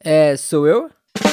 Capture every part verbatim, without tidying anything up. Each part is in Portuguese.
É, sou eu?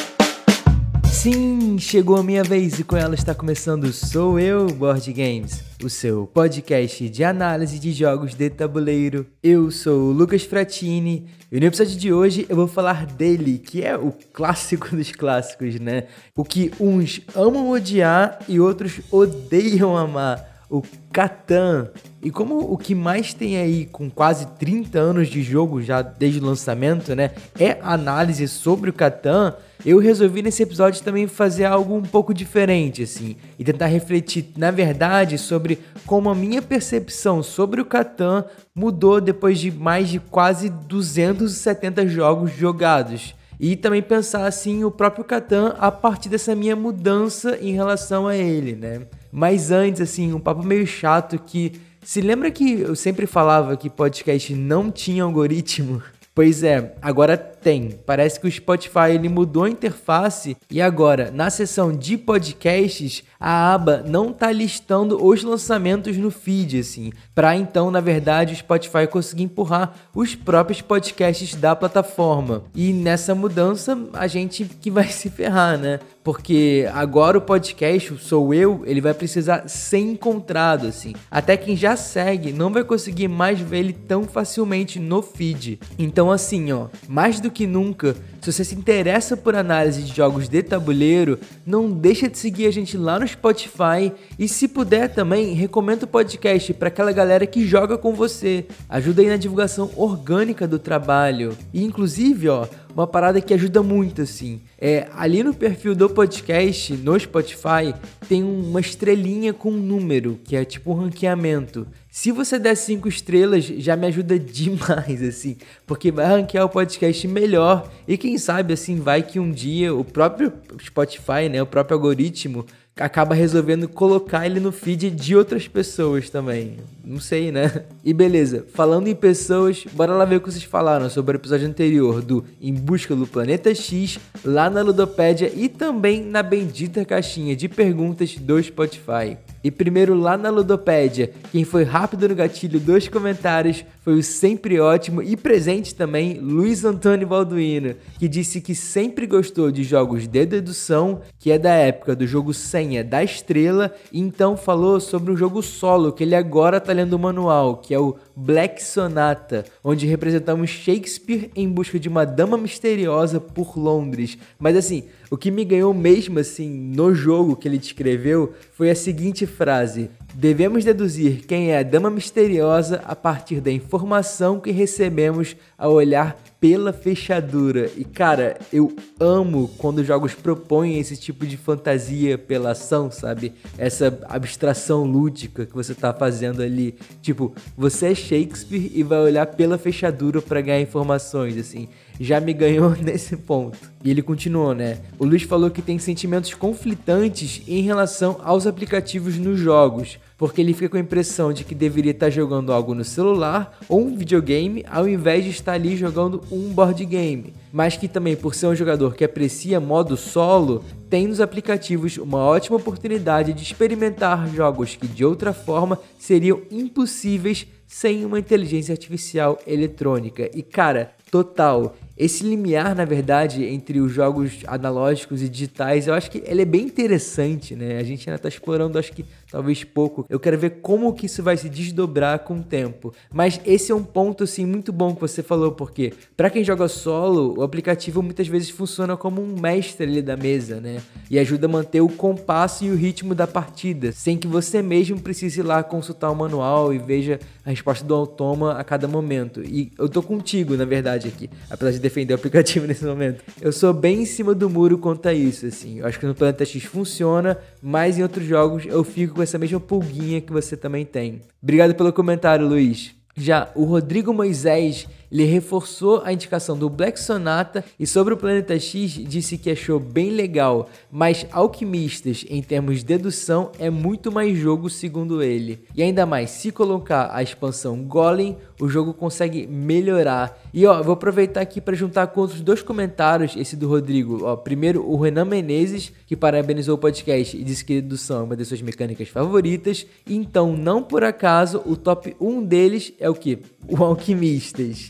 Sim, chegou a minha vez e com ela está começando Sou Eu Board Games, o seu podcast de análise de jogos de tabuleiro. Eu sou o Lucas Fratini e no episódio de hoje eu vou falar dele, que é o clássico dos clássicos, né? O que uns amam odiar e outros odeiam amar. O Catan. E como o que mais tem aí com quase trinta anos de jogo já desde o lançamento, né, é análise sobre o Catan, eu resolvi nesse episódio também fazer algo um pouco diferente, assim, e tentar refletir, na verdade, sobre como a minha percepção sobre o Catan mudou depois de mais de quase duzentos e setenta jogos jogados. E também pensar, assim, o próprio Catan a partir dessa minha mudança em relação a ele, né? Mas antes, assim, um papo meio chato que... Se lembra que eu sempre falava que podcast não tinha algoritmo? Pois é, agora tem. Parece que o Spotify ele mudou a interface e agora, na seção de podcasts, a aba não tá listando os lançamentos no feed, assim, para então, na verdade, o Spotify conseguir empurrar os próprios podcasts da plataforma. E nessa mudança, a gente que vai se ferrar, né? Porque agora o podcast, o Sou Eu, ele vai precisar ser encontrado, assim. Até quem já segue não vai conseguir mais ver ele tão facilmente no feed. Então, assim, ó, mais do que nunca, se você se interessa por análise de jogos de tabuleiro, não deixa de seguir a gente lá no Spotify e, se puder também, recomenda o podcast para aquela galera que joga com você. Ajuda aí na divulgação orgânica do trabalho. E, inclusive, ó, uma parada que ajuda muito, assim, é ali no perfil do podcast, no Spotify, tem uma estrelinha com um número, que é tipo um ranqueamento. Se você der cinco estrelas, já me ajuda demais, assim, porque vai ranquear o podcast melhor e quem sabe, assim, vai que um dia o próprio Spotify, né, o próprio algoritmo, acaba resolvendo colocar ele no feed de outras pessoas também. Não sei, né? E beleza, falando em pessoas, bora lá ver o que vocês falaram sobre o episódio anterior do Em Busca do Planeta X, lá na Ludopédia e também na bendita caixinha de perguntas do Spotify. E primeiro lá na Ludopédia, quem foi rápido no gatilho dos comentários foi o sempre ótimo e presente também Luiz Antônio Balduino, que disse que sempre gostou de jogos de dedução, que é da época do jogo Senha da Estrela, e então falou sobre um jogo solo que ele agora tá lendo o manual, que é o Black Sonata, onde representamos Shakespeare em busca de uma dama misteriosa por Londres. Mas assim, o que me ganhou mesmo assim no jogo que ele descreveu foi a seguinte frase: devemos deduzir quem é a dama misteriosa a partir da informação que recebemos ao olhar pela fechadura. E cara, eu amo quando jogos propõem esse tipo de fantasia pela ação, sabe? Essa abstração lúdica que você tá fazendo ali. Tipo, você é Shakespeare e vai olhar pela fechadura para ganhar informações, assim. Já me ganhou nesse ponto. E ele continuou, né? O Luiz falou que tem sentimentos conflitantes em relação aos aplicativos nos jogos, porque ele fica com a impressão de que deveria estar jogando algo no celular ou um videogame, ao invés de estar ali jogando um board game. Mas que também, por ser um jogador que aprecia modo solo, tem nos aplicativos uma ótima oportunidade de experimentar jogos que de outra forma seriam impossíveis sem uma inteligência artificial eletrônica. E cara, total, esse limiar, na verdade, entre os jogos analógicos e digitais, eu acho que ele é bem interessante, né? A gente ainda tá explorando, acho que talvez pouco. Eu quero ver como que isso vai se desdobrar com o tempo. Mas esse é um ponto, assim, muito bom que você falou, porque para quem joga solo, o aplicativo muitas vezes funciona como um mestre ali da mesa, né? E ajuda a manter o compasso e o ritmo da partida, sem que você mesmo precise ir lá consultar o manual e veja a resposta do automa a cada momento. E eu tô contigo, na verdade, aqui, apesar de defender o aplicativo nesse momento. Eu sou bem em cima do muro quanto a isso, assim. Eu acho que no Planeta X funciona, mas em outros jogos eu fico com essa mesma pulguinha que você também tem. Obrigado pelo comentário, Luiz. Já o Rodrigo Moisés, ele reforçou a indicação do Black Sonata e sobre o Planeta X disse que achou bem legal, mas Alquimistas, em termos de dedução, é muito mais jogo segundo ele. E ainda mais, se colocar a expansão Golem, o jogo consegue melhorar. E ó, vou aproveitar aqui para juntar com outros dois comentários, esse do Rodrigo. Ó, primeiro, o Renan Menezes, que parabenizou o podcast e disse que a dedução é uma das suas mecânicas favoritas. Então, não por acaso, o top um deles é o que? O Alquimistas.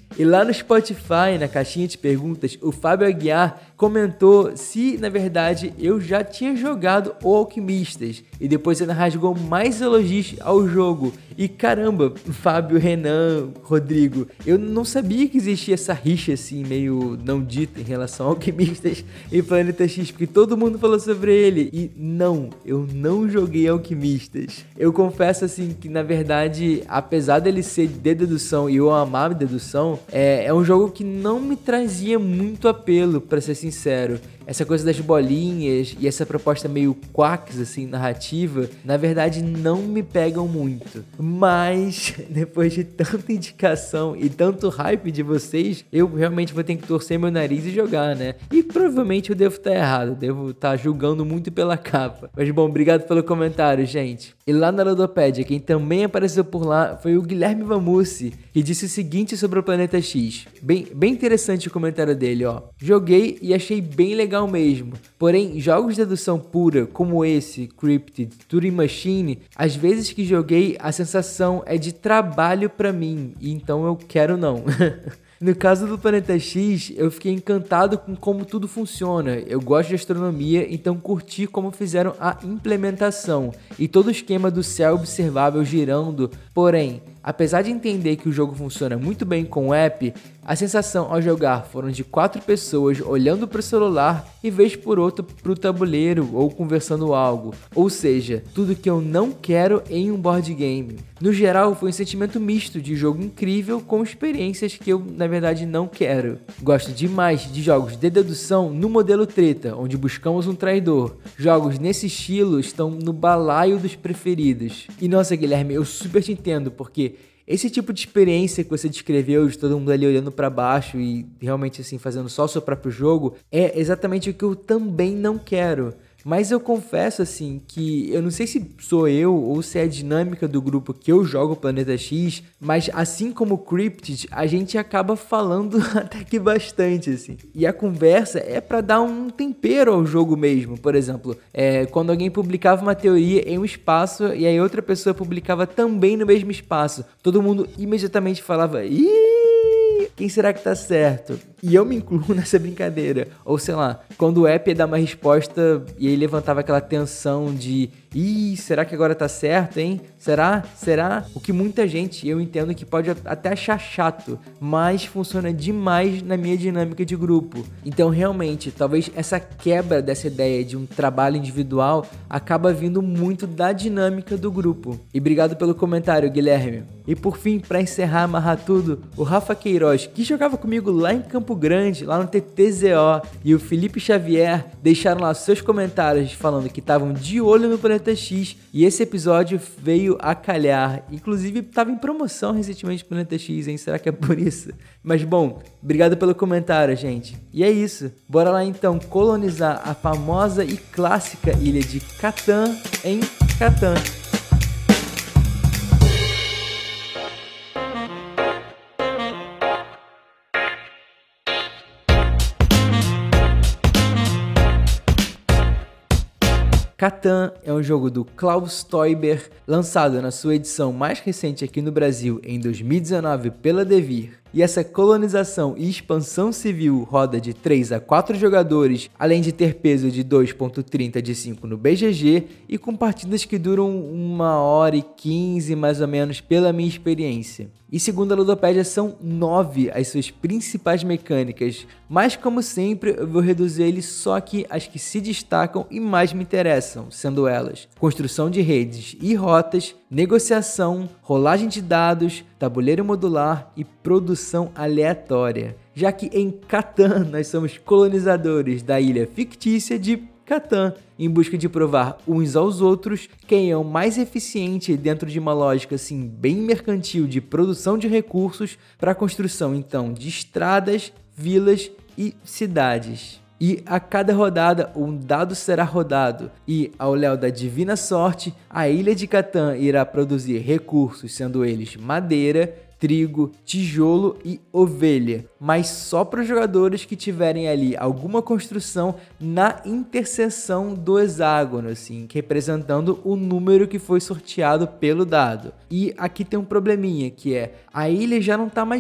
E lá no Spotify, na caixinha de perguntas, o Fábio Aguiar comentou se, na verdade, eu já tinha jogado o Alquimistas. E depois ele rasgou mais elogios ao jogo. E caramba, Fábio, Renan, Rodrigo, eu não sabia que existia essa rixa assim, meio não dita em relação ao Alquimistas e Planeta X, porque todo mundo falou sobre ele. E não, eu não joguei Alquimistas. Eu confesso assim que, na verdade, apesar dele ser de dedução e eu amar dedução, é, é um jogo que não me trazia muito apelo, pra ser sincero. Essa coisa das bolinhas e essa proposta meio quacks, assim, narrativa, na verdade não me pegam muito. Mas, depois de tanta indicação e tanto hype de vocês, eu realmente vou ter que torcer meu nariz e jogar, né? E provavelmente eu devo estar errado, devo estar julgando muito pela capa. Mas bom, obrigado pelo comentário, gente. E lá na Ludopédia, quem também apareceu por lá foi o Guilherme Vamussi, que disse o seguinte sobre o Planeta X. Bem, bem interessante o comentário dele, ó. Joguei e achei bem legal mesmo. Porém, jogos de dedução pura, como esse, Cryptid, Turing Machine, às vezes que joguei, a sensação é de trabalho pra mim, e então eu quero não. No caso do Planeta X, eu fiquei encantado com como tudo funciona. Eu gosto de astronomia, então curti como fizeram a implementação e todo o esquema do céu observável girando. Porém, apesar de entender que o jogo funciona muito bem com o app, a sensação ao jogar foram de quatro pessoas olhando para o celular e vez por outra para o tabuleiro ou conversando algo. Ou seja, tudo que eu não quero em um board game. No geral, foi um sentimento misto de jogo incrível com experiências que eu, na verdade, não quero. Gosto demais de jogos de dedução no modelo treta, onde buscamos um traidor. Jogos nesse estilo estão no balaio dos preferidos. E nossa, Guilherme, eu super te entendo, porque esse tipo de experiência que você descreveu, de todo mundo ali olhando pra baixo e realmente assim fazendo só o seu próprio jogo, é exatamente o que eu também não quero. Mas eu confesso assim que eu não sei se sou eu ou se é a dinâmica do grupo que eu jogo Planeta X, mas assim como o Cryptid, a gente acaba falando até que bastante assim. E a conversa é pra dar um tempero ao jogo mesmo. Por exemplo, é, quando alguém publicava uma teoria em um espaço e aí outra pessoa publicava também no mesmo espaço, todo mundo imediatamente falava: "Ih, quem será que tá certo?" E eu me incluo nessa brincadeira. Ou sei lá, quando o app ia dar uma resposta e aí levantava aquela tensão de: ih, será que agora tá certo, hein? Será? Será? O que muita gente, eu entendo que pode até achar chato, mas funciona demais na minha dinâmica de grupo. Então realmente, talvez essa quebra dessa ideia de um trabalho individual acaba vindo muito da dinâmica do grupo. E obrigado pelo comentário, Guilherme. E por fim, para encerrar, amarrar tudo, o Rafa Queiroz, que jogava comigo lá em Campo Grande, lá no T T Z O, e o Felipe Xavier deixaram lá seus comentários falando que estavam de olho no Planeta X, e esse episódio veio a calhar. Inclusive, estava em promoção recentemente no Planeta X, hein? Será que é por isso? Mas bom, obrigado pelo comentário, gente. E é isso. Bora lá então colonizar a famosa e clássica ilha de Catan em Catan. Catan é um jogo do Klaus Teuber, lançado na sua edição mais recente aqui no Brasil em dois mil e dezenove pela Devir. E essa colonização e expansão civil roda de três a quatro jogadores, além de ter peso de dois ponto trinta de cinco no B G G e com partidas que duram uma hora e quinze mais ou menos pela minha experiência. E segundo a Ludopédia são nove as suas principais mecânicas, mas como sempre eu vou reduzir ele só aqui as que se destacam e mais me interessam, sendo elas construção de redes e rotas, negociação, rolagem de dados, tabuleiro modular e produção aleatória. Já que em Catan nós somos colonizadores da ilha fictícia de Catan, em busca de provar uns aos outros quem é o mais eficiente dentro de uma lógica assim bem mercantil de produção de recursos para a construção então de estradas, vilas e cidades. E a cada rodada um dado será rodado e, ao léu da divina sorte, a ilha de Catan irá produzir recursos, sendo eles madeira, trigo, tijolo e ovelha, mas só para os jogadores que tiverem ali alguma construção na interseção do hexágono, assim, representando o número que foi sorteado pelo dado. E aqui tem um probleminha, que é a ilha já não está mais lá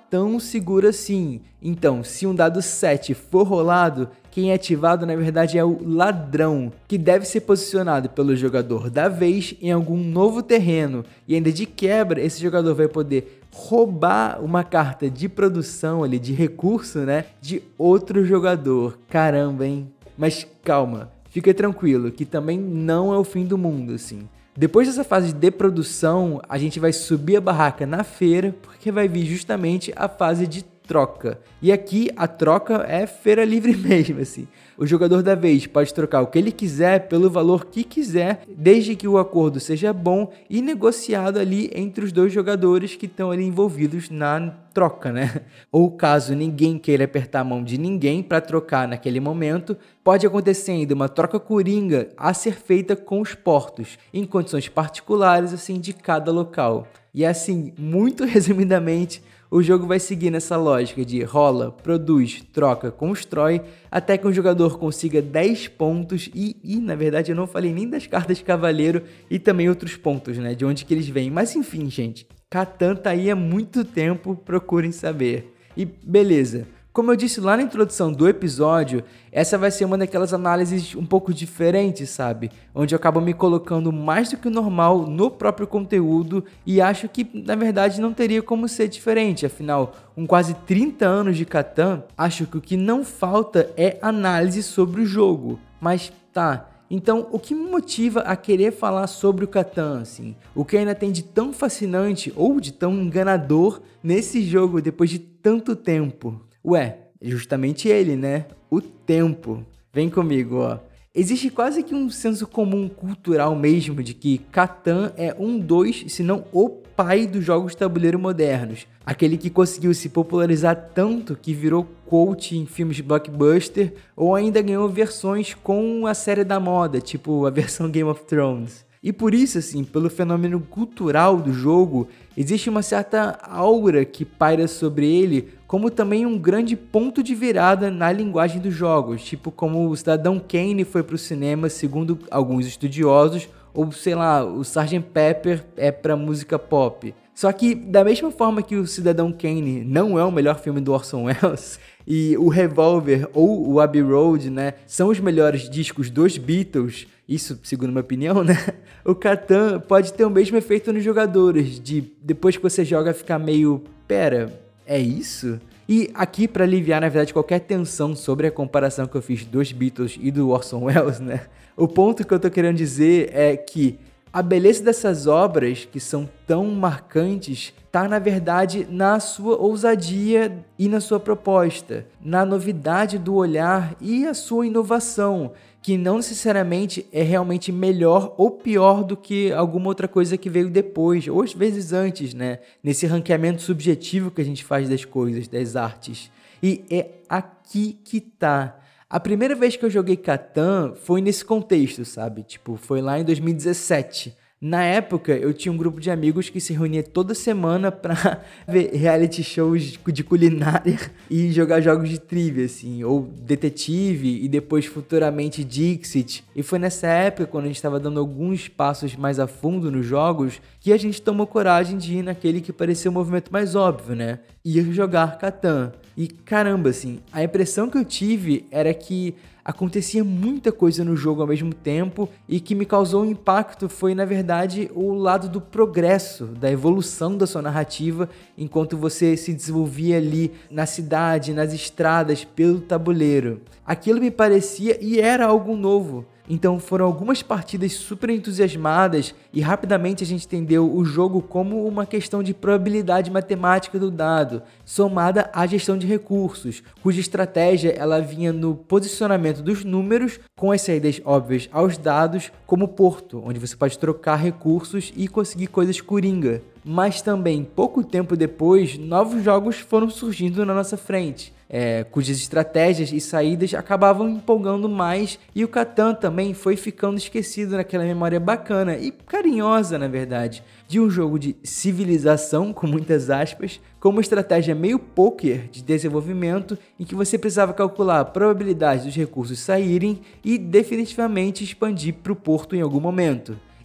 tão seguro assim. Então, se um dado sete for rolado, quem é ativado na verdade é o ladrão, que deve ser posicionado pelo jogador da vez em algum novo terreno, e ainda de quebra esse jogador vai poder roubar uma carta de produção ali, de recurso, né, de outro jogador. Caramba, hein? Mas calma, fica tranquilo que também não é o fim do mundo, assim. Depois dessa fase de produção, a gente vai subir a barraca na feira, porque vai vir justamente a fase de troca. E aqui a troca é feira livre mesmo, assim. O jogador da vez pode trocar o que ele quiser pelo valor que quiser, desde que o acordo seja bom e negociado ali entre os dois jogadores que estão ali envolvidos na troca, né? Ou caso ninguém queira apertar a mão de ninguém para trocar naquele momento, pode acontecer ainda uma troca coringa a ser feita com os portos, em condições particulares assim de cada local. E assim, muito resumidamente, o jogo vai seguir nessa lógica de rola, produz, troca, constrói, até que um jogador consiga dez pontos e, e, na verdade, eu não falei nem das cartas de cavaleiro e também outros pontos, né, de onde que eles vêm. Mas enfim, gente, Catan tá aí há muito tempo, procurem saber. E beleza. Como eu disse lá na introdução do episódio, essa vai ser uma daquelas análises um pouco diferentes, sabe? Onde eu acabo me colocando mais do que o normal no próprio conteúdo e acho que, na verdade, não teria como ser diferente. Afinal, com quase trinta anos de Catan, acho que o que não falta é análise sobre o jogo. Mas tá, então o que me motiva a querer falar sobre o Catan, assim? O que ainda tem de tão fascinante ou de tão enganador nesse jogo depois de tanto tempo? Ué, justamente ele, né? O tempo. Vem comigo, ó. Existe quase que um senso comum cultural mesmo de que Catan é um dos, se não o pai dos jogos de tabuleiro modernos. Aquele que conseguiu se popularizar tanto que virou quote em filmes de blockbuster ou ainda ganhou versões com a série da moda, tipo a versão Game of Thrones. E por isso, assim, pelo fenômeno cultural do jogo, existe uma certa aura que paira sobre ele, como também um grande ponto de virada na linguagem dos jogos, tipo como o Cidadão Kane foi para o cinema, segundo alguns estudiosos, ou sei lá, o sergeant Pepper é para música pop. Só que, da mesma forma que o Cidadão Kane não é o melhor filme do Orson Welles, e o Revolver ou o Abbey Road, né, são os melhores discos dos Beatles, isso segundo minha opinião, né, o Catan pode ter o mesmo efeito nos jogadores, de depois que você joga ficar meio, pera, é isso? E aqui, para aliviar, na verdade, qualquer tensão sobre a comparação que eu fiz dos Beatles e do Orson Welles, né, o ponto que eu tô querendo dizer é que a beleza dessas obras, que são tão marcantes, está, na verdade, na sua ousadia e na sua proposta, na novidade do olhar e a sua inovação, que não necessariamente é realmente melhor ou pior do que alguma outra coisa que veio depois, ou às vezes antes, né? Nesse ranqueamento subjetivo que a gente faz das coisas, das artes. E é aqui que tá. A primeira vez que eu joguei Catan foi nesse contexto, sabe? Tipo, foi lá em dois mil e dezessete. Na época, eu tinha um grupo de amigos que se reunia toda semana pra ver reality shows de culinária e jogar jogos de trivia, assim, ou detetive e depois futuramente Dixit. E foi nessa época, quando a gente estava dando alguns passos mais a fundo nos jogos, que a gente tomou coragem de ir naquele que parecia o movimento mais óbvio, né? Ir jogar Catan. E caramba, assim, a impressão que eu tive era que acontecia muita coisa no jogo ao mesmo tempo e que me causou um impacto foi, na verdade, o lado do progresso, da evolução da sua narrativa enquanto você se desenvolvia ali na cidade, nas estradas, pelo tabuleiro. Aquilo me parecia e era algo novo. Então foram algumas partidas super entusiasmadas e rapidamente a gente entendeu o jogo como uma questão de probabilidade matemática do dado, somada à gestão de recursos, cuja estratégia ela vinha no posicionamento dos números com as saídas óbvias aos dados, como porto, onde você pode trocar recursos e conseguir coisas coringa. Mas também, pouco tempo depois, novos jogos foram surgindo na nossa frente. É, cujas estratégias e saídas acabavam empolgando mais, e o Catan também foi ficando esquecido naquela memória bacana e carinhosa, na verdade, de um jogo de civilização, com muitas aspas, com uma estratégia meio poker de desenvolvimento em que você precisava calcular a probabilidade dos recursos saírem e definitivamente expandir para o porto em algum momento.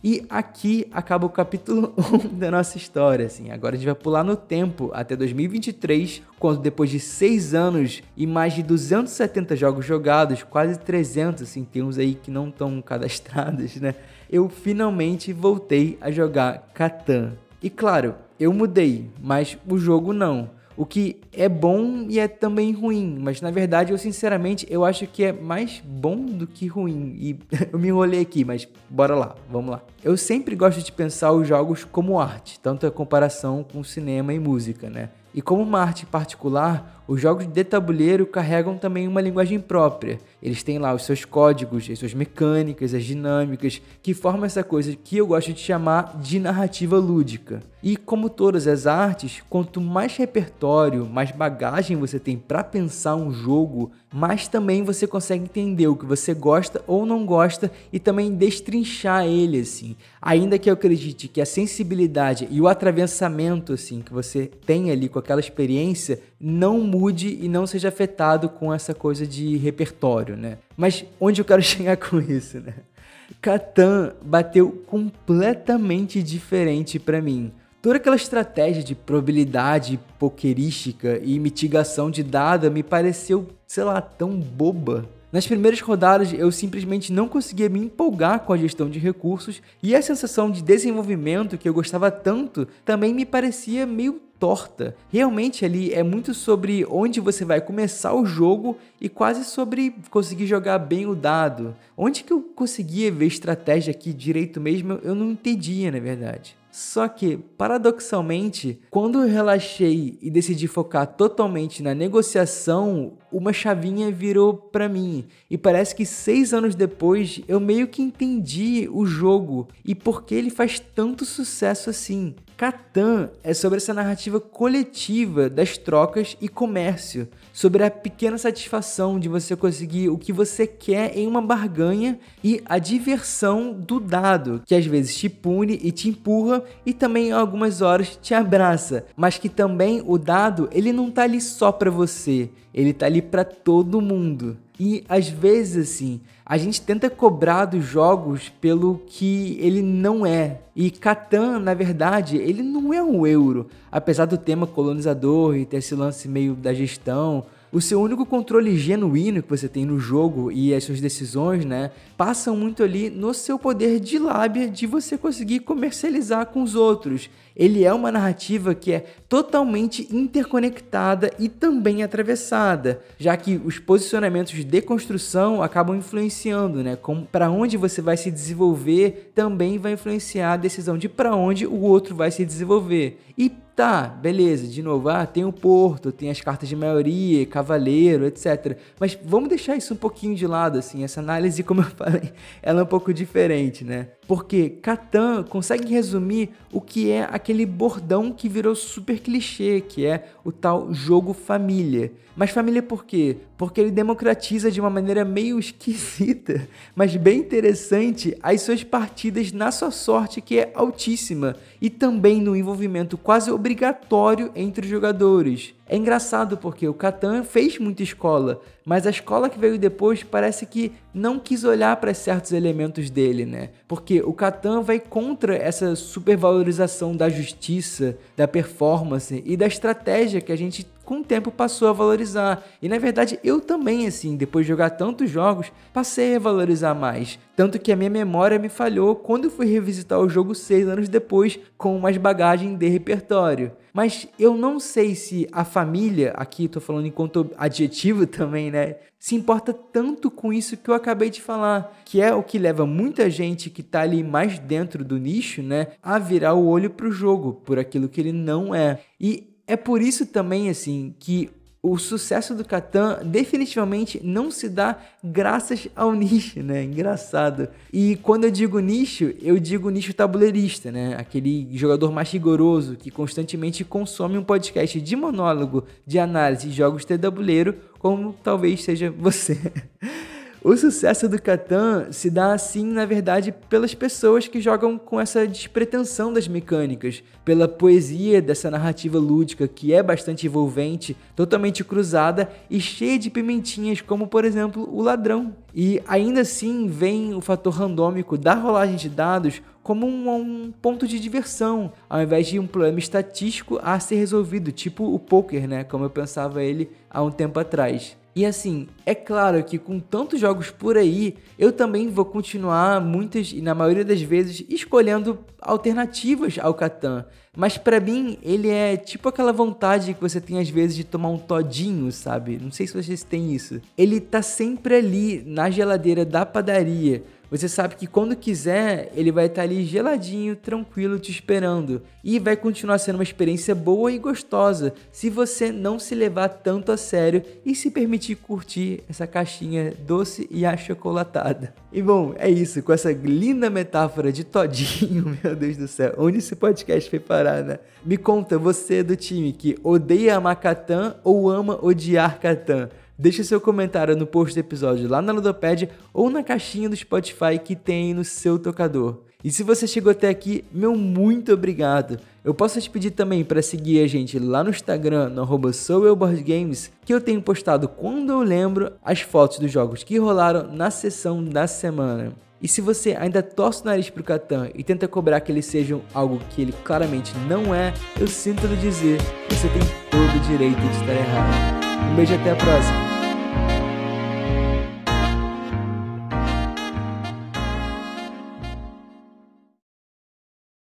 E aqui acaba o capítulo um da nossa história, assim. Agora a gente vai pular no tempo até dois mil e vinte e três, quando depois de seis anos e mais de duzentos e setenta jogos jogados, quase trezentos, assim, tem uns aí que não estão cadastrados, né? Eu finalmente voltei a jogar Catan. E claro, eu mudei, mas o jogo não. O que é bom e é também ruim, mas na verdade eu sinceramente eu acho que é mais bom do que ruim. E eu me enrolei aqui, mas bora lá, vamos lá. Eu sempre gosto de pensar os jogos como arte, tanto a comparação com cinema e música, né? E como uma arte particular, os jogos de tabuleiro carregam também uma linguagem própria. Eles têm lá os seus códigos, as suas mecânicas, as dinâmicas, que formam essa coisa que eu gosto de chamar de narrativa lúdica. E como todas as artes, quanto mais repertório, mais bagagem você tem para pensar um jogo, mais também você consegue entender o que você gosta ou não gosta e também destrinchar ele, assim. Ainda que eu acredite que a sensibilidade e o atravessamento, assim, que você tem ali com aquela experiência não mude e não seja afetado com essa coisa de repertório, né? Mas onde eu quero chegar com isso, né? Catan bateu completamente diferente para mim. Toda aquela estratégia de probabilidade pokerística e mitigação de dado me pareceu, sei lá, tão boba. Nas primeiras rodadas eu simplesmente não conseguia me empolgar com a gestão de recursos e a sensação de desenvolvimento que eu gostava tanto também me parecia meio torta. Realmente ali é muito sobre onde você vai começar o jogo e quase sobre conseguir jogar bem o dado. Onde que eu conseguia ver estratégia aqui direito mesmo, eu não entendia, na verdade. Só que, paradoxalmente, quando eu relaxei e decidi focar totalmente na negociação, uma chavinha virou pra mim. E parece que seis anos depois, eu meio que entendi o jogo e por que ele faz tanto sucesso assim. Catan é sobre essa narrativa coletiva das trocas e comércio, sobre a pequena satisfação de você conseguir o que você quer em uma barganha e a diversão do dado, que às vezes te pune e te empurra e também em algumas horas te abraça, mas que também o dado ele não tá ali só para você, ele tá ali para todo mundo. E às vezes assim, a gente tenta cobrar dos jogos pelo que ele não é. E Catan, na verdade, ele não é um euro. Apesar do tema colonizador e ter esse lance meio da gestão, o seu único controle genuíno que você tem no jogo e as suas decisões, né, passam muito ali no seu poder de lábia de você conseguir comercializar com os outros. Ele é uma narrativa que é totalmente interconectada e também atravessada, já que os posicionamentos de construção acabam influenciando, né, como para onde você vai se desenvolver também vai influenciar a decisão de para onde o outro vai se desenvolver. E tá, beleza, de novo, ah, tem o Porto, tem as cartas de maioria, cavaleiro, etcétera. Mas vamos deixar isso um pouquinho de lado, assim, essa análise, como eu falei, ela é um pouco diferente, né? Porque Catan consegue resumir o que é aquele bordão que virou super clichê, que é o tal jogo família. Mas família por quê? Porque ele democratiza de uma maneira meio esquisita, mas bem interessante, as suas partidas na sua sorte, que é altíssima, e também no envolvimento quase obrigatório entre os jogadores. É engraçado porque o Catan fez muita escola, mas a escola que veio depois parece que não quis olhar para certos elementos dele, né? Porque o Catan vai contra essa supervalorização da justiça, da performance e da estratégia que a gente com o tempo passou a valorizar. E na verdade eu também, assim, depois de jogar tantos jogos, passei a valorizar mais. Tanto que a minha memória me falhou quando eu fui revisitar o jogo seis anos depois com mais bagagem de repertório. Mas eu não sei se a família, aqui tô falando enquanto adjetivo também, né, se importa tanto com isso que eu acabei de falar, que é o que leva muita gente que tá ali mais dentro do nicho, né, a virar o olho pro jogo, por aquilo que ele não é. E é por isso também, assim, que o sucesso do Catan definitivamente não se dá graças ao nicho, né? Engraçado. E quando eu digo nicho, eu digo nicho tabuleirista, né? Aquele jogador mais rigoroso que constantemente consome um podcast de monólogo de análise de jogos de tabuleiro, como talvez seja você. O sucesso do Catan se dá assim, na verdade, pelas pessoas que jogam com essa despretensão das mecânicas, pela poesia dessa narrativa lúdica que é bastante envolvente, totalmente cruzada e cheia de pimentinhas, como por exemplo o ladrão. E ainda assim vem o fator randômico da rolagem de dados como um, um ponto de diversão, ao invés de um problema estatístico a ser resolvido, tipo o poker, né? Como eu pensava ele há um tempo atrás. E assim, é claro que com tantos jogos por aí, eu também vou continuar muitas, e na maioria das vezes, escolhendo alternativas ao Catan. Mas pra mim, ele é tipo aquela vontade que você tem às vezes de tomar um todinho, sabe? Não sei se vocês têm isso. Ele tá sempre ali na geladeira da padaria. Você sabe que quando quiser, ele vai estar ali geladinho, tranquilo, te esperando. E vai continuar sendo uma experiência boa e gostosa, se você não se levar tanto a sério e se permitir curtir essa caixinha doce e achocolatada. E bom, é isso, com essa linda metáfora de todinho, meu Deus do céu, onde esse podcast foi parar, né? Me conta, você do time que odeia amar Catan ou ama odiar Catan? Deixe seu comentário no post do episódio lá na Ludopédia ou na caixinha do Spotify que tem no seu tocador. E se você chegou até aqui, meu muito obrigado. Eu posso te pedir também para seguir a gente lá no Instagram, no arroba soueuboardgames, que eu tenho postado quando eu lembro as fotos dos jogos que rolaram na sessão da semana. E se você ainda torce o nariz pro Catan e tenta cobrar que eles sejam algo que ele claramente não é, eu sinto lhe dizer, você tem todo o direito de estar errado. Um beijo e até a próxima.